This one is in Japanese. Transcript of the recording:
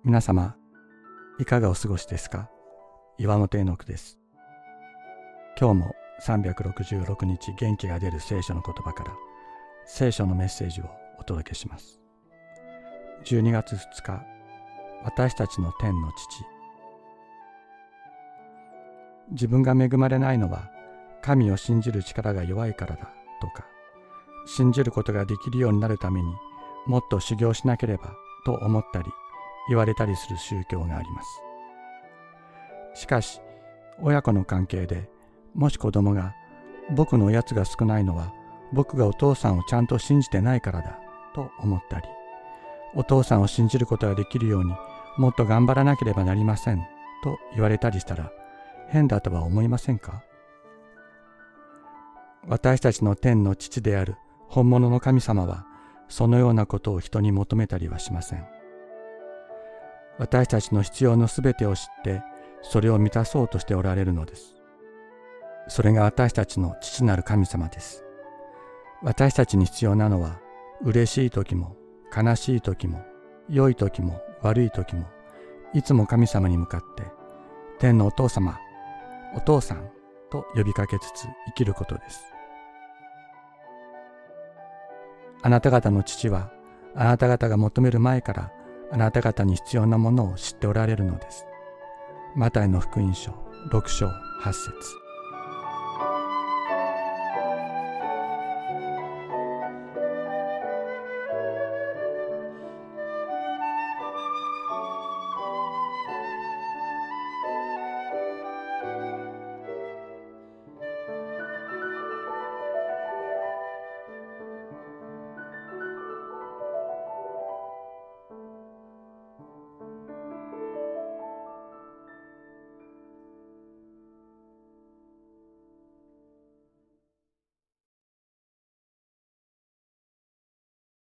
皆様、いかがお過ごしですか？岩本絵の句です。今日も366日元気が出る聖書の言葉から聖書のメッセージをお届けします。12月2日、私たちの天の父。自分が恵まれないのは神を信じる力が弱いからだとか、信じることができるようになるためにもっと修行しなければと思ったり言われたりする宗教があります。しかし親子の関係でもし子供が僕のおやつが少ないのは僕がお父さんをちゃんと信じてないからだと思ったり、お父さんを信じることができるようにもっと頑張らなければなりませんと言われたりしたら変だとは思いませんか？私たちの天の父である本物の神様はそのようなことを人に求めたりはしません。私たちの必要のすべてを知ってそれを満たそうとしておられるのです。それが私たちの父なる神様です。私たちに必要なのは嬉しい時も悲しい時も良い時も悪い時もいつも神様に向かって天のお父様、お父さんと呼びかけつつ生きることです。あなた方の父はあなた方が求める前からあなた方に必要なものを知っておられるのです。マタイの福音書6章8節。